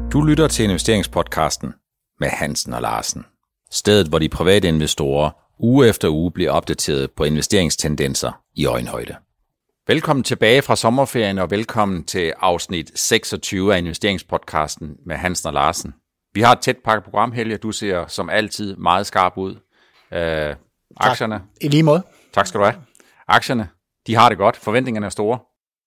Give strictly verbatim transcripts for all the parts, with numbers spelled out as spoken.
Du lytter til investeringspodcasten med Hansen og Larsen. Stedet, hvor de private investorer uge efter uge bliver opdateret på investeringstendenser i øjenhøjde. Velkommen tilbage fra sommerferien og velkommen til afsnit seksogtyve af investeringspodcasten med Hansen og Larsen. Vi har et tæt pakket program, Helge. Du ser som altid meget skarp ud. Øh, aktierne. Tak. I lige måde. Tak skal du have. Aktierne, de har det godt. Forventningerne er store.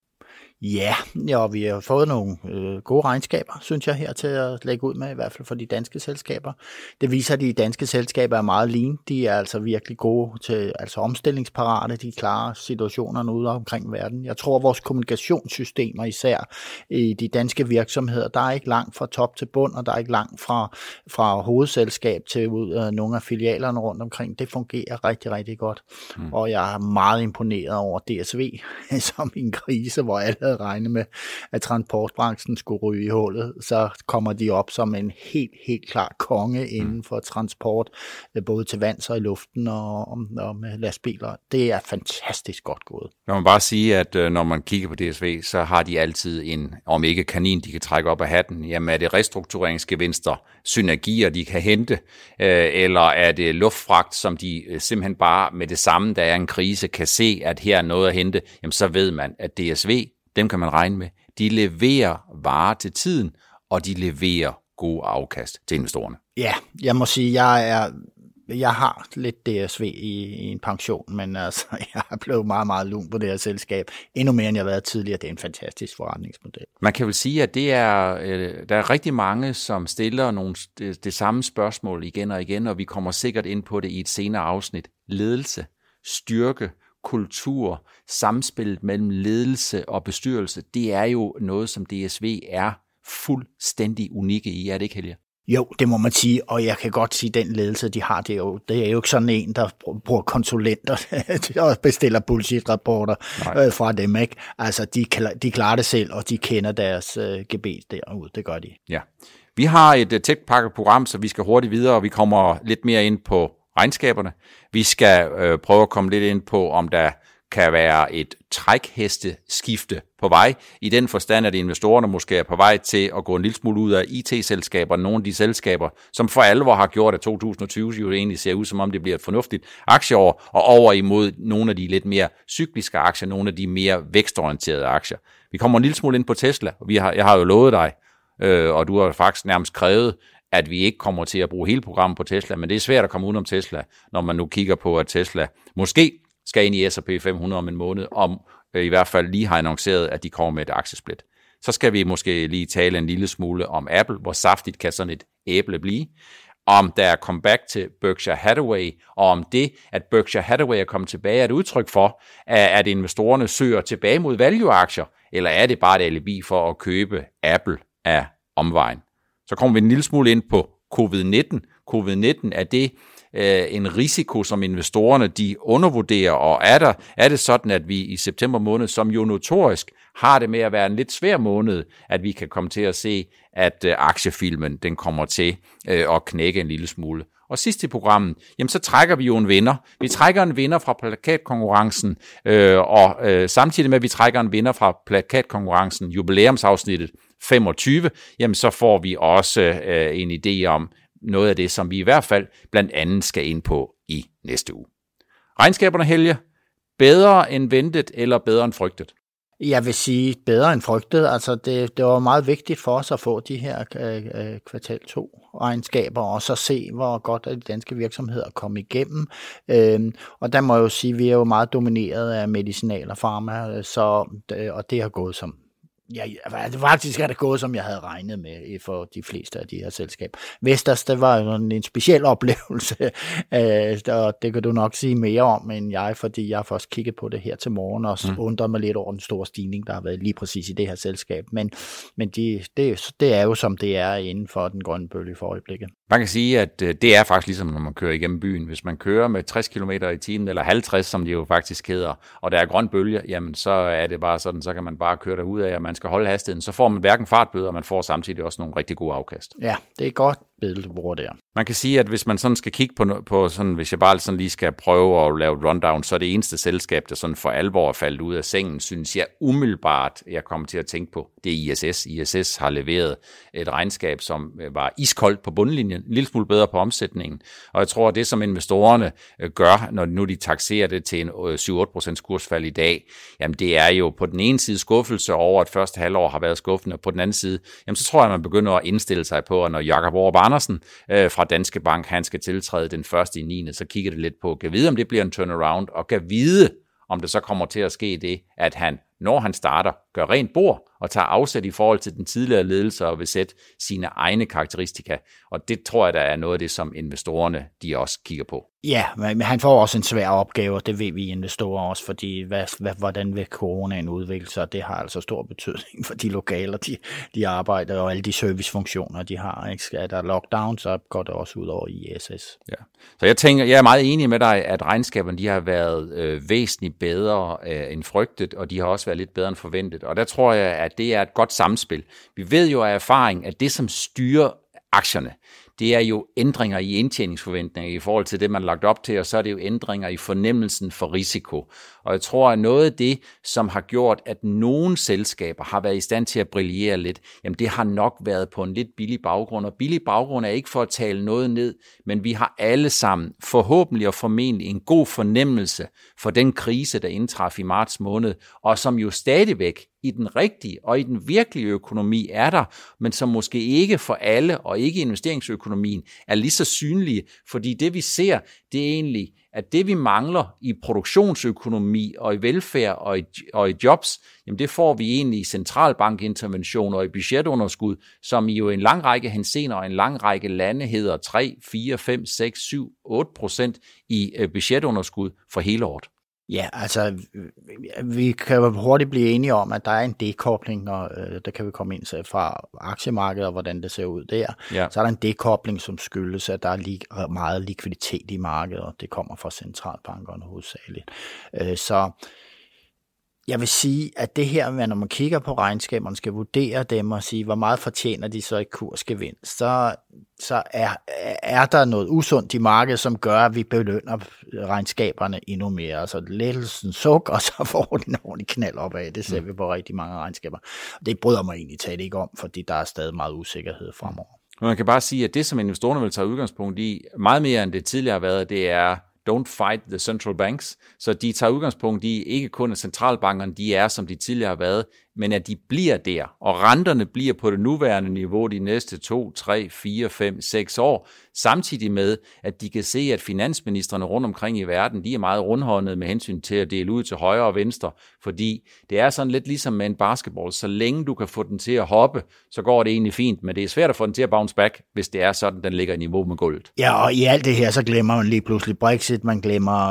Ja, ja, vi har fået nogle øh, gode regnskaber, synes jeg, her til at lægge ud med, i hvert fald for de danske selskaber. Det viser, at de danske selskaber er meget lean. De er altså virkelig gode til altså omstillingsparate. De klarer situationerne ude omkring verden. Jeg tror, at vores kommunikationssystemer, især i de danske virksomheder, der er ikke langt fra top til bund, og der er ikke langt fra, fra hovedselskab til ud af nogle af filialerne rundt omkring. Det fungerer rigtig, rigtig godt. Mm. Og jeg er meget imponeret over D S V, som i en krise, hvor alle havde regnet med, at transportbranchen skulle ryge i hullet, så kommer de op som en helt, helt klar konge inden for transport, både til vands og i luften og, og med lastbiler. Det er fantastisk godt gået. Jeg må bare sige, at når man kigger på D S V, så har de altid en, om ikke kanin, de kan trække op af hatten. Jamen er det restruktureringsgevinster, synergier, de kan hente, eller er det luftfragt, som de simpelthen bare med det samme, der er en krise, kan se, at her er noget at hente, jamen så ved man, at D S V, dem kan man regne med. De leverer varer til tiden, og de leverer gode afkast til investorerne. Ja, jeg må sige, jeg er jeg har lidt D S V i, i en pension, men altså, jeg er blevet meget, meget lun på det her selskab. Endnu mere, end jeg har været tidligere. Det er en fantastisk forretningsmodel. Man kan vel sige, at det er, der er rigtig mange, som stiller nogle, det, det samme spørgsmål igen og igen, og vi kommer sikkert ind på det i et senere afsnit. Ledelse, styrke, kultur, samspillet mellem ledelse og bestyrelse, det er jo noget, som D S V er fuldstændig unikke i. Er det ikke, Helge? Jo, det må man sige, og jeg kan godt sige, at den ledelse, de har, det er jo, det er jo ikke sådan en, der bruger konsulenter og bestiller bullshit-rapporter øh, fra dem, ikke? Altså, de, de klarer det selv, og de kender deres øh, gebet derude. Det gør de. Ja. Vi har et uh, tæt pakket program, så vi skal hurtigt videre, og vi kommer lidt mere ind på regnskaberne. Vi skal øh, prøve at komme lidt ind på, om der kan være et trækhesteskifte på vej, i den forstand, at investorerne måske er på vej til at gå en lille smule ud af I T-selskaber, nogle af de selskaber, som for alvor har gjort, at to tusind og tyve jo egentlig ser ud, som om det bliver et fornuftigt aktieår, og over imod nogle af de lidt mere cykliske aktier, nogle af de mere vækstorienterede aktier. Vi kommer en lille smule ind på Tesla, og vi har, jeg har jo lovet dig, øh, og du har faktisk nærmest krævet, at vi ikke kommer til at bruge hele programmet på Tesla, men det er svært at komme udenom Tesla, når man nu kigger på, at Tesla måske skal ind i S og P fem hundrede om en måned, om øh, i hvert fald lige har annonceret, at de kommer med et aktiesplit. Så skal vi måske lige tale en lille smule om Apple, hvor saftigt kan sådan et æble blive, om der er comeback til Berkshire Hathaway, og om det, at Berkshire Hathaway er kommet tilbage, er et udtryk for, at investorerne søger tilbage mod value-aktier, eller er det bare et alibi for at købe Apple af omvejen? Så kommer vi en lille smule ind på covid nitten. covid nitten, er det øh, en risiko, som investorerne de undervurderer, og er, der, er det sådan, at vi i september måned, som jo notorisk har det med at være en lidt svær måned, at vi kan komme til at se, at øh, aktiefilmen den kommer til øh, at knække en lille smule. Og sidst i programmet, jamen så trækker vi jo en vinder. Vi trækker en vinder fra plakatkonkurrencen, øh, og øh, samtidig med, at vi trækker en vinder fra plakatkonkurrencen, jubilæumsafsnittet femogtyve, jamen så får vi også øh, en idé om noget af det, som vi i hvert fald blandt andet skal ind på i næste uge. Regnskaberne, Helge, bedre end ventet eller bedre end frygtet? Jeg vil sige bedre end frygtet. Altså det, det var meget vigtigt for os at få de her øh, kvartal to regnskaber, og så se, hvor godt de danske virksomheder kom igennem. Øhm, og der må jeg jo sige, at vi er jo meget domineret af medicinal og farma, så, og det har gået som Ja, faktisk er det gået, som jeg havde regnet med for de fleste af de her selskaber. Vestas, det var jo en, en speciel oplevelse, og det kan du nok sige mere om end jeg, fordi jeg har først kigget på det her til morgen, og mm. undret mig lidt over den store stigning, der har været lige præcis i det her selskab. Men, men de, det, det er jo, som det er inden for den grønne bølge for øjeblikket. Man kan sige, at det er faktisk ligesom, når man kører igennem byen. Hvis man kører med tres kilometer i timen, eller halvtreds, som de jo faktisk hedder, og der er grøn bølge, jamen så er det bare sådan, så kan man bare køre derud af, og man skal holde hastigheden. Så får man hverken fartbøder, og man får samtidig også nogle rigtig gode afkast. Ja, det er godt. billede, du bruger der. Man kan sige, at hvis man sådan skal kigge på, på sådan, hvis jeg bare sådan lige skal prøve at lave et rundown, så er det eneste selskab, der sådan for alvor er faldet ud af sengen, synes jeg umiddelbart, jeg kommer til at tænke på, det er I S S. I S S har leveret et regnskab, som var iskoldt på bundlinjen, en lille smule bedre på omsætningen, og jeg tror, at det, som investorerne gør, når nu de taxerer det til en syv otte procent kursfald i dag, jamen det er jo på den ene side skuffelse over, at første halvår har været skuffende, og på den anden side, jamen så tror jeg, at man begynder at indstille sig på, at når Jakob Orup Andersen øh, fra Danske Bank, han skal tiltræde den første i niende, så kigger det lidt på, kan vide, om det bliver en turnaround, og kan vide, om det så kommer til at ske det, at han, når han starter, gør rent bord og tager afsæt i forhold til den tidligere ledelse og vil sætte sine egne karakteristika. Og det tror jeg, der er noget af det, som investorerne de også kigger på. Ja, men han får også en svær opgave, og det ved vi investorer også, fordi hvad, hvad, hvordan vil coronaen udvikle sig, det har altså stor betydning for de lokaler, de, de arbejder, og alle de servicefunktioner, de har. Ikke? Er der lockdown, så går det også ud over I S S. Ja. Så jeg tænker, jeg er meget enig med dig, at regnskaberne de har været øh, væsentligt bedre øh, end frygtet, og de har også været lidt bedre end forventet. Og der tror jeg, at det er et godt samspil. Vi ved jo af erfaring, at det, som styrer aktierne, det er jo ændringer i indtjeningsforventninger i forhold til det, man har lagt op til, og så er det jo ændringer i fornemmelsen for risiko. Og jeg tror, at noget af det, som har gjort, at nogle selskaber har været i stand til at brillere lidt, jamen det har nok været på en lidt billig baggrund. Og billig baggrund er ikke for at tale noget ned, men vi har alle sammen forhåbentlig og formentlig en god fornemmelse for den krise, der indtraf i marts måned, og som jo stadigvæk i den rigtige og i den virkelige økonomi er der, men som måske ikke for alle og ikke i investeringsøkonomien er lige så synlige, fordi det vi ser, det er egentlig, at det vi mangler i produktionsøkonomi og i velfærd og i, og i jobs, jamen det får vi egentlig i centralbankinterventioner og i budgetunderskud, som i jo en lang række henseender og en lang række lande hedder tre, fire, fem, seks, syv, otte procent i budgetunderskud for hele året. Ja, altså vi kan jo hurtigt blive enige om, at der er en dekobling, og øh, der kan vi komme ind fra aktiemarkedet og hvordan det ser ud der. Ja. Så er der en dekobling, som skyldes, at der er lig- meget likviditet i markedet, og det kommer fra centralbankerne hovedsageligt. Øh, så jeg vil sige, at det her med, når man kigger på regnskaberne, skal vurdere dem og sige, hvor meget fortjener de så i kursgevinst, så, så er, er der noget usundt i markedet, som gør, at vi belønner regnskaberne endnu mere. Altså lettelsen suk, og så får den ordentlig knald op af. Det ser mm. vi på rigtig mange regnskaber. Det bryder mig egentlig talt ikke om, fordi der er stadig meget usikkerhed fremover. Man kan bare sige, at det, som investorerne vil tage udgangspunkt i, meget mere end det tidligere har været, det er don't fight the central banks. Så de tager udgangspunkt i ikke kun at centralbankerne, de er, som de tidligere har været, men at de bliver der, og renterne bliver på det nuværende niveau de næste to, tre, fire, fem, seks år, samtidig med, at de kan se, at finansministrene rundt omkring i verden, de er meget rundhåndede med hensyn til at dele ud til højre og venstre, fordi det er sådan lidt ligesom med en basketball. Så længe du kan få den til at hoppe, så går det egentlig fint, men det er svært at få den til at bounce back, hvis det er sådan, den ligger i niveau med gulvet. Ja, og i alt det her, så glemmer man lige pludselig Brexit, man glemmer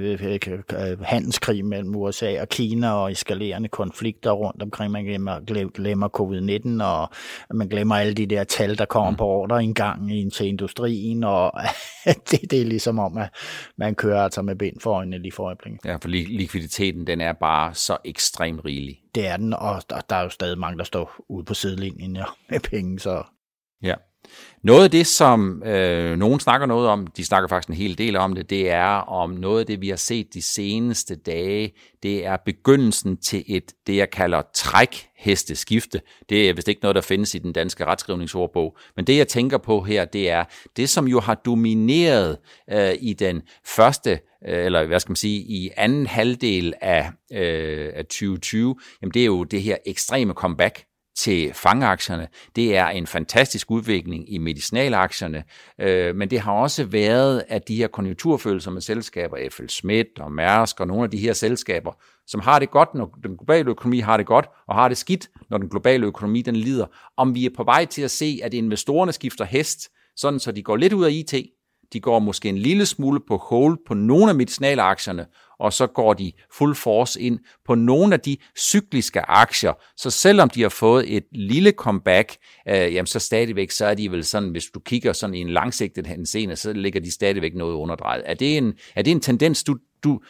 øh, handelskrig mellem U S A og Kina og eskalerende konflikter rundt omkring, man glemmer, glemmer covid nitten, og man glemmer alle de der tal, der kommer mm. på ordre engang ind til industrien, og det, det er ligesom om, at man kører altså med bind for øjnene lige for øjeblikket. Ja, for likviditeten, den er bare så ekstremt rigelig. Det er den, og der, der er jo stadig mange, der står ude på sidelinjen ja, med penge, så... Ja. Noget af det, som øh, nogen snakker noget om, de snakker faktisk en hel del om det, det er om noget af det, vi har set de seneste dage, det er begyndelsen til et, det jeg kalder trækhesteskifte. Det er vist ikke noget, der findes i den danske retskrivningsordbog, men det jeg tænker på her, det er det, som jo har domineret øh, i den første, øh, eller hvad skal man sige, i anden halvdel af, øh, af tyve tyve, jamen det er jo det her ekstreme comeback til fangeaktierne. Det er en fantastisk udvikling i medicinalaktierne, øh, men det har også været, at de her konjunkturfølsomme selskaber, F L Schmidt og Mærsk og nogle af de her selskaber, som har det godt, når den globale økonomi har det godt, og har det skidt, når den globale økonomi den lider, om vi er på vej til at se, at investorerne skifter hest, sådan så de går lidt ud af I T, de går måske en lille smule på hold på nogle af medicinalaktierne, og så går de full force ind på nogle af de cykliske aktier. Så selvom de har fået et lille comeback, øh, jamen så stadigvæk, så er de vel sådan, hvis du kigger sådan i en langsigtet henseende, så ligger de stadigvæk noget underdrejet. Er det en, er det en tendens, du, du, du,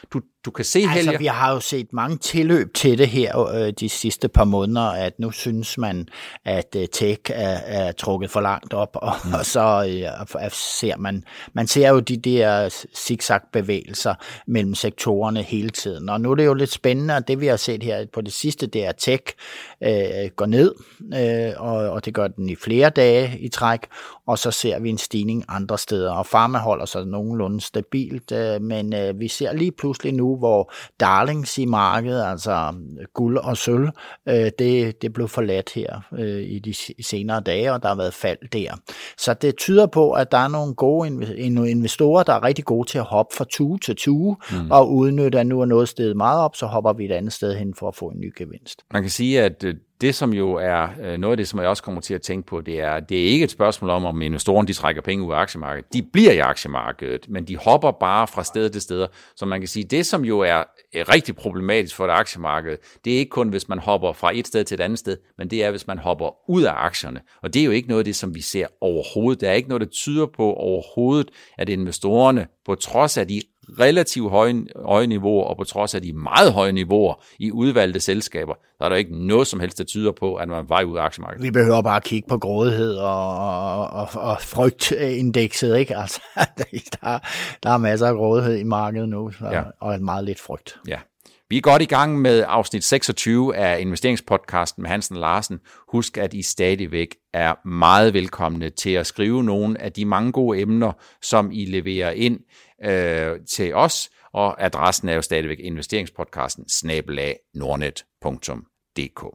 du kan se, Helge? Altså, vi har jo set mange tilløb til det her øh, de sidste par måneder, at nu synes man, at øh, tech er, er trukket for langt op, og, mm. og så øh, ser man, man ser jo de der zigzag-bevægelser mellem sektorerne hele tiden. Og nu er det jo lidt spændende, at det vi har set her på det sidste, det er, at tech øh, går ned, øh, og, og det gør den i flere dage i træk, og så ser vi en stigning andre steder. Og pharma holder sig nogenlunde stabilt, øh, men øh, vi ser lige pludselig nu, hvor darlings i markedet, altså guld og sølv, øh, det, det blev forladt her øh, i de senere dage, og der har været fald der. Så det tyder på, at der er nogle gode investorer, der er rigtig gode til at hoppe fra tue til tue, mm. og udnytte, at nu er noget steget meget op, så hopper vi et andet sted hen for at få en ny gevinst. Man kan sige, at det, som jo er noget af det, som jeg også kommer til at tænke på, det er, det er ikke et spørgsmål om, om investorerne de trækker penge ud af aktiemarkedet. De bliver i aktiemarkedet, men de hopper bare fra sted til steder. Så man kan sige, det som jo er rigtig problematisk for det aktiemarked, det er ikke kun, hvis man hopper fra et sted til et andet sted, men det er, hvis man hopper ud af aktierne. Og det er jo ikke noget af det, som vi ser overhovedet. Der er ikke noget, der tyder på overhovedet, at investorerne, på trods af de relativt høje, høje niveauer, og på trods af de meget høje niveauer i udvalgte selskaber, der er der ikke noget som helst, der tyder på, at man er vej ud af aktiemarkedet. Vi behøver bare at kigge på grådighed og, og, og frygtindekset, ikke? Altså, der, der er masser af grådighed i markedet nu, så, ja. Og meget lidt frygt. Ja. Vi er godt i gang med afsnit seksogtyve af investeringspodcasten med Hansen Larsen. Husk, at I stadigvæk er meget velkomne til at skrive nogle af de mange gode emner, som I leverer ind øh, til os, og adressen er jo stadigvæk investeringspodcasten snabel-a nordnet punktum d k.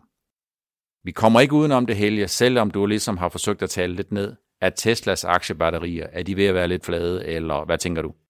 Vi kommer ikke udenom det, Helge, selvom du ligesom har forsøgt at tale lidt ned, at Teslas aktiebatterier, er de ved at være lidt flade, eller hvad tænker du?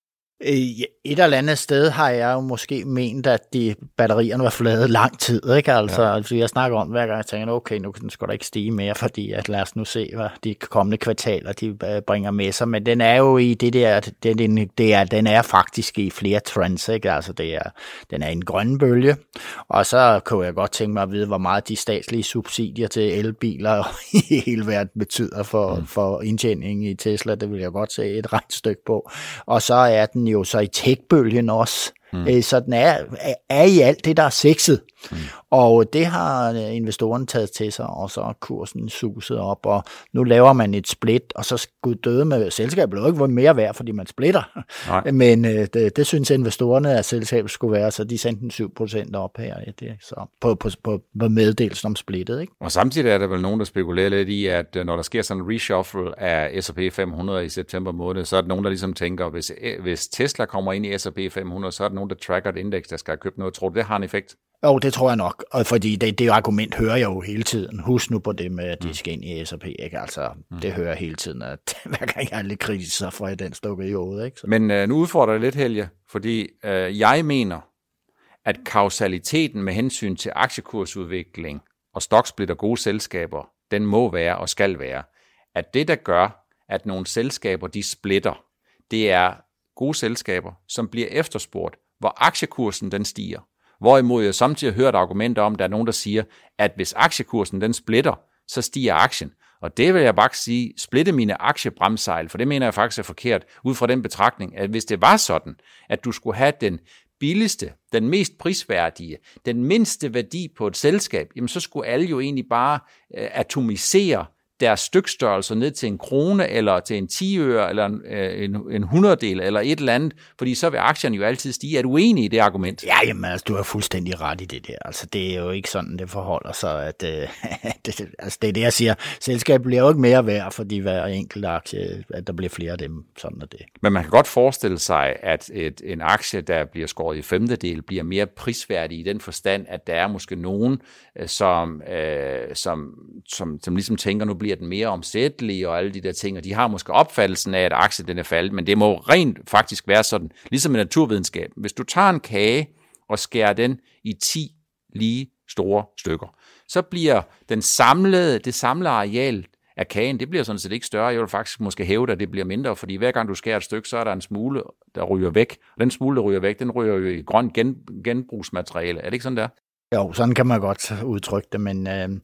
Et eller andet sted har jeg jo måske ment, at de batterierne var flade lang tid, ikke? Altså, ja. altså jeg snakker om hver gang, jeg tænker, okay, nu skal der ikke stige mere, fordi at lad os nu se, hvad de kommende kvartaler, de bringer med sig, men den er jo i det der, den, det er, den er faktisk i flere trends, ikke? Altså, det er, den er en grøn bølge, og så kunne jeg godt tænke mig at vide, hvor meget de statslige subsidier til elbiler i hele verden betyder for, mm. for indtjening i Tesla, det vil jeg godt se et regnestykke på, og så er den jo så i tech-bølgen også. Mm. Så den er, er i alt det, der er sexet. Mm. Og det har investorerne taget til sig, og så er kursen suset op, og nu laver man et split, og så skulle døde med selskabet jo ikke være mere værd, fordi man splitter. Nej. Men det, det synes investorerne, at selskabet skulle være, så de sendte den syv procent op her det, så på, på, på, på meddelelsen om splittet. Ikke? Og samtidig er der vel nogen, der spekulerer lidt i, at når der sker sådan en reshuffle af S og P fem hundrede i september måned, så er der nogen, der ligesom tænker, hvis, hvis Tesla kommer ind i S og P fem hundrede, så er der nogen, der tracker et indeks, der skal have købt noget. Tror du, det har en effekt? Jo, det tror jeg nok, og fordi det, det argument hører jeg jo hele tiden. Husk nu på det med, at de skal ind i S og P, ikke? Altså, mm. det hører jeg hele tiden, at hver gang jeg er lidt kritisk, så får jeg den stukket i hovedet, ikke? Så. Men øh, nu udfordrer jeg lidt, Helge, fordi øh, jeg mener, at kausaliteten med hensyn til aktiekursudvikling og stoksplit og gode selskaber, den må være og skal være, at det, der gør, at nogle selskaber, de splitter, det er gode selskaber, som bliver efterspurgt, hvor aktiekursen, den stiger. Hvorimod jeg samtidig har hørt argumenter om, at der er nogen, der siger, at hvis aktiekursen den splitter, så stiger aktien. Og det vil jeg bare sige, splitte mine aktiebremsejl, for det mener jeg faktisk er forkert, ud fra den betragtning, at hvis det var sådan, at du skulle have den billigste, den mest prisværdige, den mindste værdi på et selskab, jamen så skulle alle jo egentlig bare øh, atomisere deres stykstørrelser ned til en krone, eller til en tiøre, eller en, en, en hundreddel, eller et eller andet, fordi så vil aktierne jo altid stige. Er du enig i det argument? Ja, jamen, altså, du er fuldstændig ret i det der. Altså, det er jo ikke sådan, det forholder sig. At, øh, det, altså, det er det, jeg siger. Selskabet bliver jo ikke mere værd, fordi hver enkelt aktie, at der bliver flere af dem. Sådan er det. Men man kan godt forestille sig, at et, en aktie, der bliver skåret i femtedel, bliver mere prisværdig i den forstand, at der er måske nogen, som, øh, som, som, som ligesom tænker, nu bliver den mere omsættelig og alle de der ting, og de har måske opfattelsen af, at aktien den er faldet, men det må rent faktisk være sådan, ligesom i naturvidenskab. Hvis du tager en kage og skærer den i ti lige store stykker, så bliver den samlede, det samlede areal af kagen, det bliver sådan set ikke større. Jeg vil faktisk måske hæve, at det bliver mindre, fordi hver gang du skærer et stykke, så er der en smule, der ryger væk. Og den smule, der ryger væk, den ryger jo i grønt gen, genbrugsmateriale. Er det ikke sådan der? Jo, sådan kan man godt udtrykke det, men øh,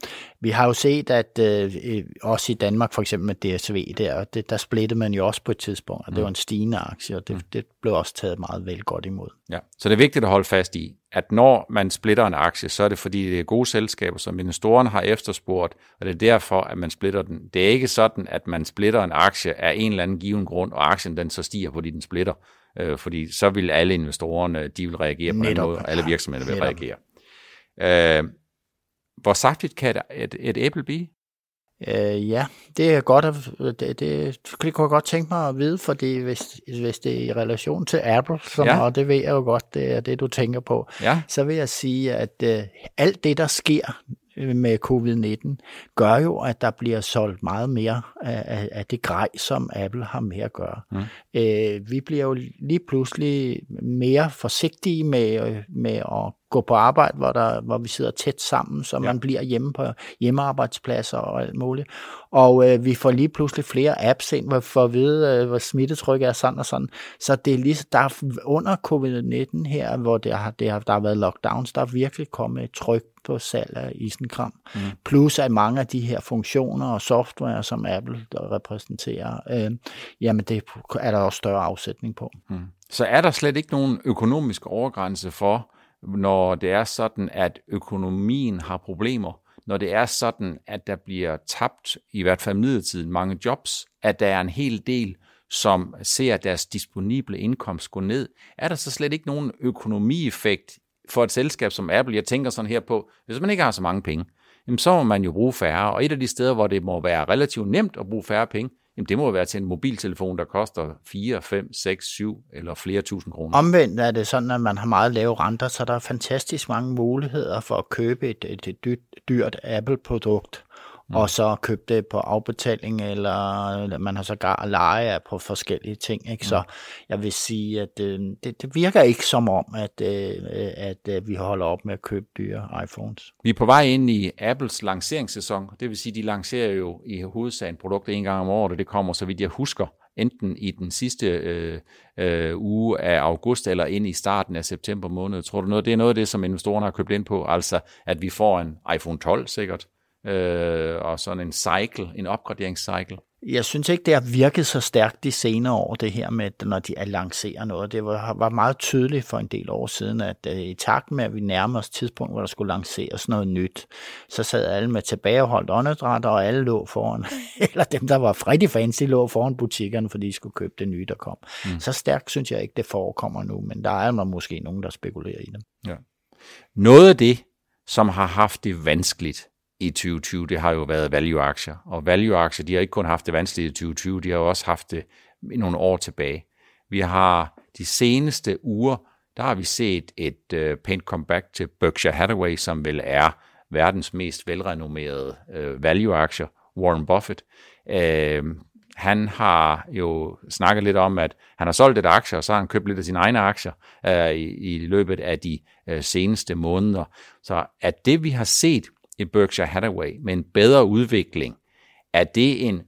Vi har jo set, at øh, også i Danmark, for eksempel med D S V, der, det, der splittede man jo også på et tidspunkt, og det var en stigende aktie, og det, det blev også taget meget vel godt imod. Ja. Så det er vigtigt at holde fast i, at når man splitter en aktie, så er det fordi, det er gode selskaber, som investorerne har efterspurgt, og det er derfor, at man splitter den. Det er ikke sådan, at man splitter en aktie af en eller anden given grund, og aktien den så stiger, fordi den splitter. Øh, fordi så vil alle investorerne, de vil reagere på den måde, og alle virksomheder vil reagere. Øh, hvor saftigt kan et, et æble blive? Øh, ja, det er godt, at, det, det, det kunne jeg godt tænke mig at vide, fordi hvis, hvis det er i relation til Apple, som, ja. og det ved jeg jo godt, det er det, du tænker på, ja. så vil jeg sige, at øh, alt det, der sker med covid nitten, gør jo, at der bliver solgt meget mere af, af det grej, som Apple har med at gøre. Mm. Øh, vi bliver jo lige pludselig mere forsigtige med, med at gå på arbejde, hvor, der, hvor vi sidder tæt sammen, så ja. man bliver hjemme på hjemmearbejdspladser og alt muligt. Og øh, vi får lige pludselig flere apps ind, hvor vi får at vide, øh, hvor smittetrykket er sådan og sådan. Så det er lige, der er under covid nitten her, hvor det har, det har, der har været lockdowns, der er virkelig kommet et tryk på salg af isenkram. Mm. Plus at mange af de her funktioner og software, som Apple der repræsenterer, øh, jamen det er der også større afsætning på. Mm. Så er der slet ikke nogen økonomisk overgrænse for, når det er sådan, at økonomien har problemer, når det er sådan, at der bliver tabt, i hvert fald midlertidigt, mange jobs, at der er en hel del, som ser deres disponible indkomst gå ned, er der så slet ikke nogen økonomieffekt for et selskab som Apple? Jeg tænker sådan her på, hvis man ikke har så mange penge, jamen så må man jo bruge færre, og et af de steder, hvor det må være relativt nemt at bruge færre penge, jamen det må være til en mobiltelefon, der koster fire, fem, seks, syv eller flere tusind kroner. Omvendt er det sådan, at man har meget lave renter, så der er fantastisk mange muligheder for at købe et, et, et dyrt, dyrt Apple-produkt, mm. og så købe det på afbetaling, eller man har sågar leje af på forskellige ting. Ikke? Mm. Så jeg vil sige, at øh, det, det virker ikke som om, at, øh, at øh, vi holder op med at købe dyre iPhones. Vi er på vej ind i Apples lanceringssæson. Det vil sige, at de lancerer jo i hovedsagen produkter en gang om året, og det kommer, så vidt jeg husker, enten i den sidste øh, øh, uge af august, eller ind i starten af september måned. Tror du noget? Det er noget af det, som investorerne har købt ind på, altså at vi får en iPhone tolv sikkert, øh, og sådan en cycle, en opgraderingscycle. Jeg synes ikke, det har virket så stærkt de senere år, det her med, når de lancerer noget. Det var, var meget tydeligt for en del år siden, at uh, i takt med, at vi nærmer os tidspunkt, hvor der skulle lanceres noget nyt, så sad alle med tilbageholdt åndedræt, og alle lå foran, eller dem, der var rigtig fancy, lå foran butikkerne, fordi de skulle købe det nye, der kom. Mm. Så stærkt synes jeg ikke, det forekommer nu, men der er måske nogen, der spekulerer i dem. Ja. Noget af det, som har haft det vanskeligt i tyve tyve, det har jo været value-aktier. Og value-aktier, de har ikke kun haft det vanskeligt i tyve tyve, de har jo også haft det nogle år tilbage. Vi har de seneste uger, der har vi set et uh, pænt comeback til Berkshire Hathaway, som vel er verdens mest velrenommerede uh, value-aktier, Warren Buffett. Uh, han har jo snakket lidt om, at han har solgt lidt aktier, og så har han købt lidt af sine egne aktier uh, i, i løbet af de uh, seneste måneder. Så at det, vi har set i Berkshire Hathaway med en bedre udvikling, er det en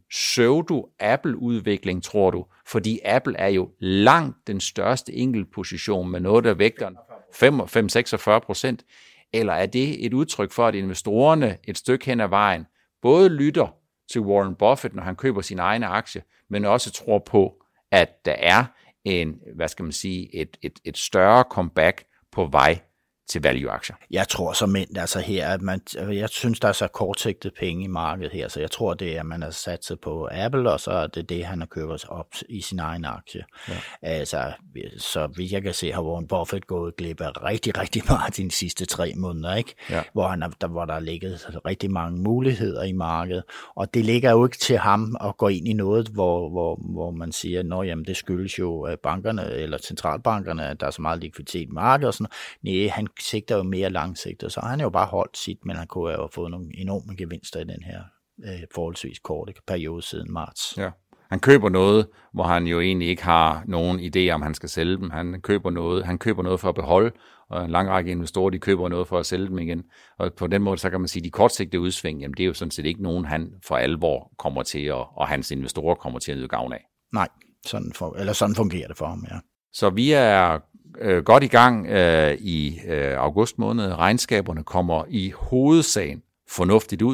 pseudo-Apple-udvikling, tror du? Fordi Apple er jo langt den største enkeltposition med noget, der vægter fem til seksogfyrre procent. Eller er det et udtryk for, at investorerne et stykke hen ad vejen både lytter til Warren Buffett, når han køber sin egen aktie, men også tror på, at der er en, hvad skal man sige, et, et, et større comeback på vej til value-aktier? Jeg tror som end, altså her, at man, jeg synes, der er så kortsigtet penge i markedet her, så jeg tror, det er, at man har satset på Apple, og så er det det, han har købt op i sin egen aktie. Ja. Altså, så hvis jeg kan se, har Warren Buffett gået glip af rigtig, rigtig meget de sidste tre måneder, ikke? Ja. Hvor, han, der, hvor der er ligget rigtig mange muligheder i markedet, og det ligger jo ikke til ham at gå ind i noget, hvor, hvor, hvor man siger, nå jamen, det skyldes jo bankerne, eller centralbankerne, at der er så meget likviditet i markedet, og sådan. Nej, han sigter jo mere langsigtet, så han har jo bare holdt sit, men han kunne jo have fået nogle enorme gevinster i den her øh, forholdsvis korte periode siden marts. Ja. Han køber noget, hvor han jo egentlig ikke har nogen idé om, han skal sælge dem. Han køber noget, han køber noget for at beholde, og en lang række investorer, de køber noget for at sælge dem igen. Og på den måde, så kan man sige, at de kortsigtede udsving, jamen det er jo sådan set ikke nogen, han for alvor kommer til at, og hans investorer kommer til at nyde gavn af. Nej, sådan, for, eller sådan fungerer det for ham, ja. Så vi er øh, godt i gang øh, i øh, august måned. Regnskaberne kommer i hovedsagen fornuftigt ud.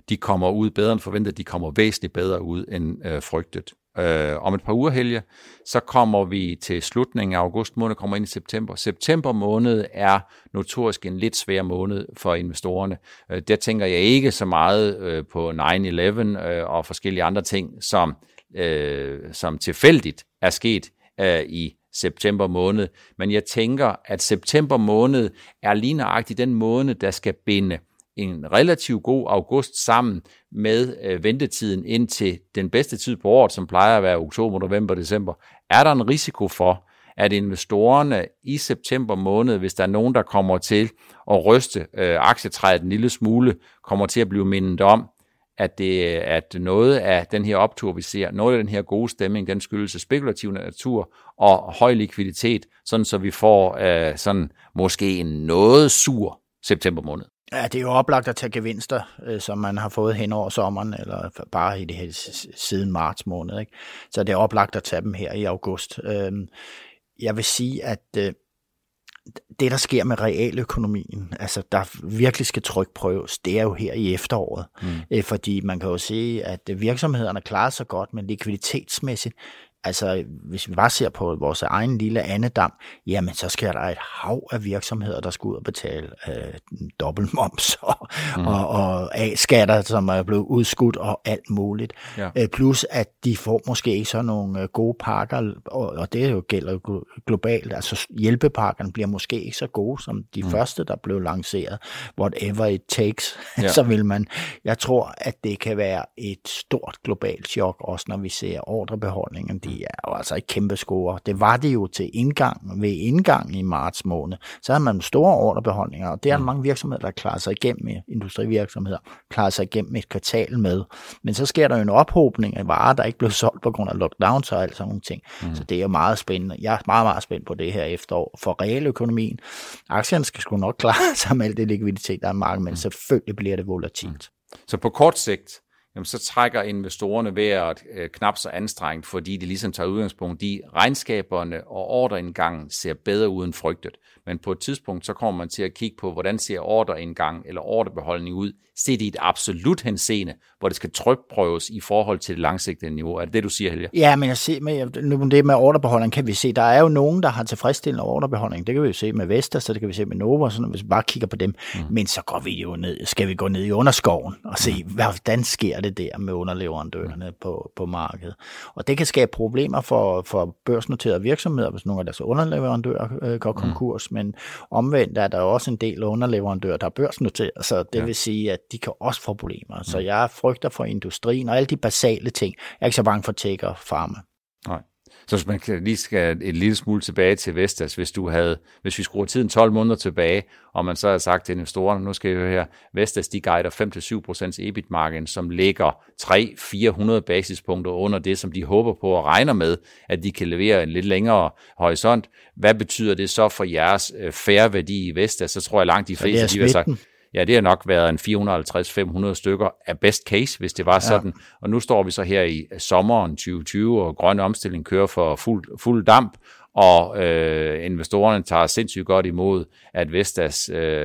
de kommer ud bedre end forventet, de kommer væsentligt bedre ud end øh, frygtet. Øh, om et par uger, Helge, så kommer vi til slutningen af august måned, kommer ind i september. September måned er notorisk en lidt svær måned for investorerne. Øh, der tænker jeg ikke så meget øh, på nine eleven øh, og forskellige andre ting, som, øh, som tilfældigt er sket øh, i september måned. Men jeg tænker, at september måned er lige nøjagtigt den måned, der skal binde en relativt god august sammen med øh, ventetiden ind til den bedste tid på året, som plejer at være oktober, november, december. Er der en risiko for, at investorerne i september måned, hvis der er nogen, der kommer til at ryste øh, aktietræet en lille smule, kommer til at blive mindet om, at, det, at noget af den her optur, vi ser, noget af den her gode stemning, den skyldes spekulativ natur og høj likviditet, sådan så vi får øh, sådan måske en noget sur september måned. Ja, det er jo oplagt at tage gevinster, øh, som man har fået hen over sommeren, eller bare i det her siden marts måned, ikke? Så det er oplagt at tage dem her i august. Øh, jeg vil sige, at øh, det, der sker med realøkonomien, altså der virkelig skal trykprøves, det er jo her i efteråret. Mm. Øh, fordi man kan jo se, at virksomhederne klarer sig godt, men likviditetsmæssigt, altså, hvis vi bare ser på vores egen lille andedam, jamen, så skal der et hav af virksomheder, der skal ud og betale øh, dobbeltmoms og, mm. og, og A-skatter, som er blevet udskudt og alt muligt. Ja. Øh, plus, at de får måske ikke så nogle gode pakker, og, og det jo gælder globalt. Altså, hjælpepakkerne bliver måske ikke så gode, som de mm. første, der blev lanceret. Whatever it takes, ja. Så vil man. Jeg tror, at det kan være et stort globalt chok, også når vi ser ordrebeholdningen. De er jo altså ikke kæmpe score. Det var det jo til indgang, ved indgang i marts måned. Så havde man store ordrebeholdninger, og det er mm. mange virksomheder, der klarer sig igennem, industrivirksomheder, klarer sig igennem et kvartal med. Men så sker der jo en ophobning af varer, der ikke blev solgt på grund af lockdowns og alt sådan nogle ting. Mm. Så det er jo meget spændende. Jeg er meget, meget spændt på det her efterår. For realøkonomien, aktierne skal sgu nok klare sig med alt det likviditet, der er markedet, men mm. selvfølgelig bliver det volatilt. Mm. Så på kort sigt, jamen så trækker investorerne vejret øh, knap så anstrengt, fordi de ligesom tager udgangspunkt i regnskaberne og ordreindgangen ser bedre ud end frygtet. Men på et tidspunkt, så kommer man til at kigge på, hvordan ser ordreindgang eller ordrebeholdning ud, set i et absolut henseende, hvor det skal trykprøves i forhold til det langsigtede niveau. Er det det, du siger, Helge? Ja, men jeg ser med, nu det med ordrebeholdning kan vi se, der er jo nogen, der har tilfredsstillende ordrebeholdning. Det kan vi jo se med Vestas, så det kan vi se med Nova, sådan, hvis vi bare kigger på dem. Mm. Men så går vi jo ned, skal vi gå ned i underskoven og se, mm. hvordan sker det der med underleverandørerne mm. på, på markedet. Og det kan skabe problemer for, for børsnoterede virksomheder, hvis nogle af deres underleverandører øh, går konkurs, mm. men omvendt er der også en del underleverandører, der er børsnoteret, så det ja. vil sige, at de kan også få problemer. Mm. Så jeg frygter for industrien og alle de basale ting. Jeg er ikke så bange for tech og pharma. Nej. Så hvis man lige skal et lille smule tilbage til Vestas, hvis du havde, hvis vi skruer tiden tolv måneder tilbage, og man så havde sagt til investorerne, nu skal vi høre her, Vestas de guider fem til syv procent E B I T-margin, som ligger tre til fire hundrede basispunkter under det, som de håber på og regner med, at de kan levere en lidt længere horisont. Hvad betyder det så for jeres fair værdi i Vestas? Så tror jeg langt de fleste, de vil have sagt, ja, det har nok været en fire hundrede og halvtreds til fem hundrede stykker af best case, hvis det var sådan. Ja. Og nu står vi så her i sommeren tyve tyve, og grøn omstilling kører for fuld, fuld damp, og øh, investorerne tager sindssygt godt imod, at Vestas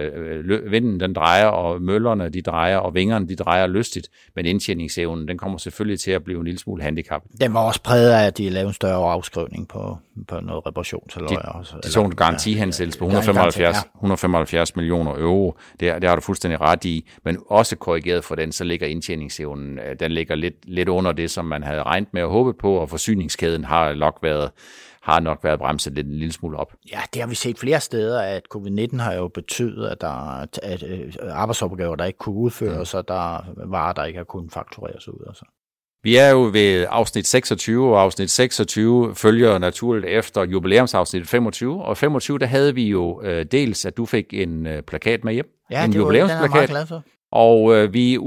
øh, vinden den drejer, og møllerne de drejer, og vingerne de drejer lystigt, men indtjeningsevnen, den kommer selvfølgelig til at blive en lille smule handicappet. Den var også præget af, at de lavede en større afskrivning på, på noget reparationshaløjer. De, de tog en garantihensættelse på et hundrede og femoghalvfjerds millioner euro, det, det har du fuldstændig ret i, men også korrigeret for den, så ligger indtjeningsevnen, den ligger lidt, lidt under det, som man havde regnet med at håbe på, og forsyningskæden har nok været har nok været bremset lidt en lille smule op. Ja, det har vi set flere steder, at covid nitten har jo betydet, at der er at arbejdsopgaver, der ikke kunne udføres, ja. Og der varer, der ikke har kunnet faktureres ud. Altså. Vi er jo ved afsnit seksogtyve, og afsnit seksogtyve følger naturligt efter jubilæumsafsnit femogtyve, og femogtyve, der havde vi jo øh, dels, at du fik en øh, plakat med hjem. Ja, en det var, den er jeg meget glad for. Og øh, vi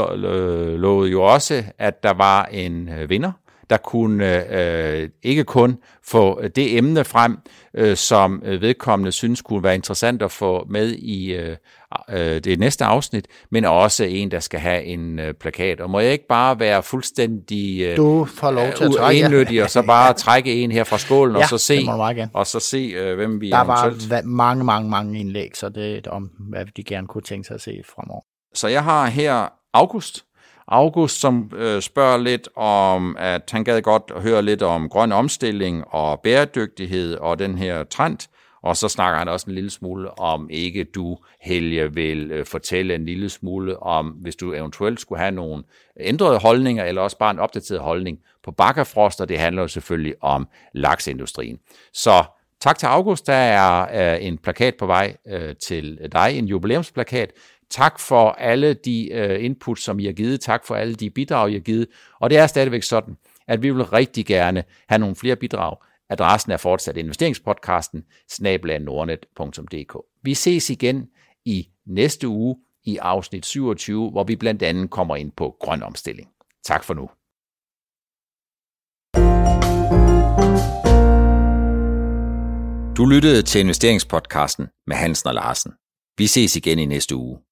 udlovede jo også, at der var en øh, vinder, der kunne øh, ikke kun få det emne frem, øh, som vedkommende synes kunne være interessant at få med i øh, øh, det næste afsnit, men også en, der skal have en øh, plakat. Og må jeg ikke bare være fuldstændig øh, du får lov til at trække, enlyttig, ja. Og så bare trække en her fra skålen, ja, og så se, og så se øh, hvem vi der eventuelt... Der var mange, mange, mange indlæg, så det er om, hvad de gerne kunne tænke sig at se fremover. Så jeg har her August. August, som øh, spørger lidt om, at han gad godt høre lidt om grøn omstilling og bæredygtighed og den her trend. Og så snakker han også en lille smule om, ikke du, Helge, vil øh, fortælle en lille smule om, hvis du eventuelt skulle have nogle ændrede holdninger, eller også bare en opdateret holdning på Bakkafrost, og det handler jo selvfølgelig om laksindustrien. Så tak til August, der er øh, en plakat på vej øh, til dig, en jubilæumsplakat. Tak for alle de øh, inputs, som I har givet. Tak for alle de bidrag, I har givet. Og det er stadigvæk sådan, at vi vil rigtig gerne have nogle flere bidrag. Adressen er fortsat investeringspodcasten snabel-a nordnet punktum d k. Vi ses igen i næste uge i afsnit syvogtyve, hvor vi blandt andet kommer ind på grøn omstilling. Tak for nu. Du lyttede til investeringspodcasten med Hansen og Larsen. Vi ses igen i næste uge.